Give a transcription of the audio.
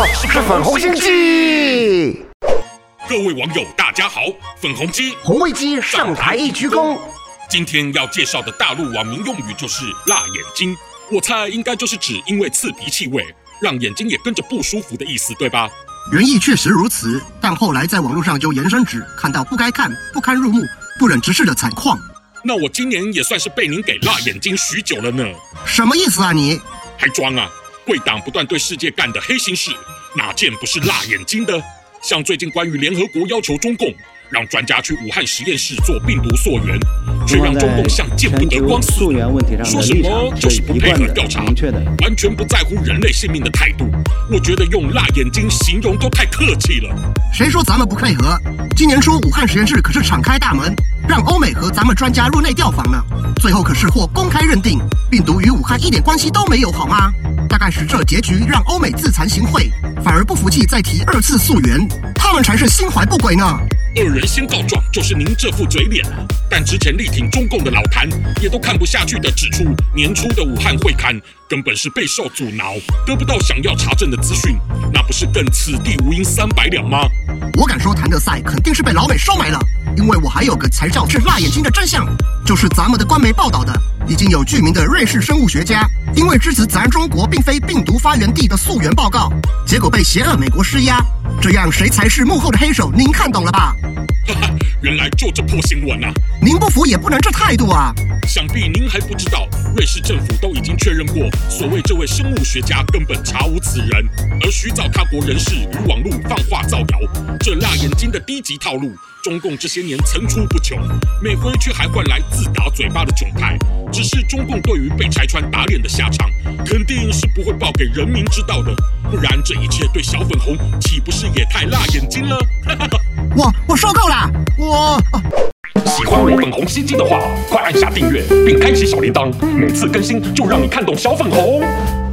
是粉红心机。 各位网友大家好，粉红鸡红卫鸡上台一鞠躬。 今天要介绍的大陆网民用语就是辣眼睛，我猜应该就是指因为刺鼻气味，让眼睛也跟着不舒服的意思，对吧？ 原意确实如此，但后来在网络上就延伸指看到不该看、不堪入目、不忍直视的惨况。 那我今年也算是被您给辣眼睛许久了呢。 什么意思啊你？ 还装啊？贵党不断对世界干的黑心事，哪件不是辣眼睛的？像最近关于联合国要求中共让专家去武汉实验室做病毒溯源，却让中共像见不得光似的，说什么就是不配合调查，完全不在乎人类性命的态度。我觉得用辣眼睛形容都太客气了。 谁说咱们不配合？今年初武汉实验室可是敞开大门，让欧美和咱们专家入内调访呢。最后可是获公开认定，病毒与武汉一点关系都没有，好吗？大概是这结局让欧美自惭形秽，反而不服气再提2次溯源，他们才是心怀不轨呢。 恶人先告状，就是您这副嘴脸啊！但之前力挺中共的老谭也都看不下去的指出，年初的武汉会刊根本是备受阻挠，得不到想要查证的资讯，那不是更此地无银300两吗？ 我敢说谭德赛肯定是被老美收买了，因为我还有个才叫是辣眼睛的真相，就是咱们的官媒报道的，已经有著名的瑞士生物学家因为支持咱中国并非病毒发源地的溯源报告，结果被邪恶美国施压，这样谁才是幕后的黑手？您看懂了吧？ 哈哈，原来就这破新闻啊！ 您不服也不能这态度啊！ 想必您还不知道，瑞士政府都已经确认过，所谓这位生物学家根本查无此人，而虚造他国人士与网络放话造谣，这辣眼睛的低级套路，中共这些年层出不穷，每回却还换来自打嘴巴的窘态。只是中共对于被拆穿打脸的下场，肯定是不会报给人民知道的，不然这一切对小粉红岂不是也太辣眼睛了？ 我说够了， 喜欢我粉红心机的话，快按下订阅并开启小铃铛，每次更新就让你看懂小粉红。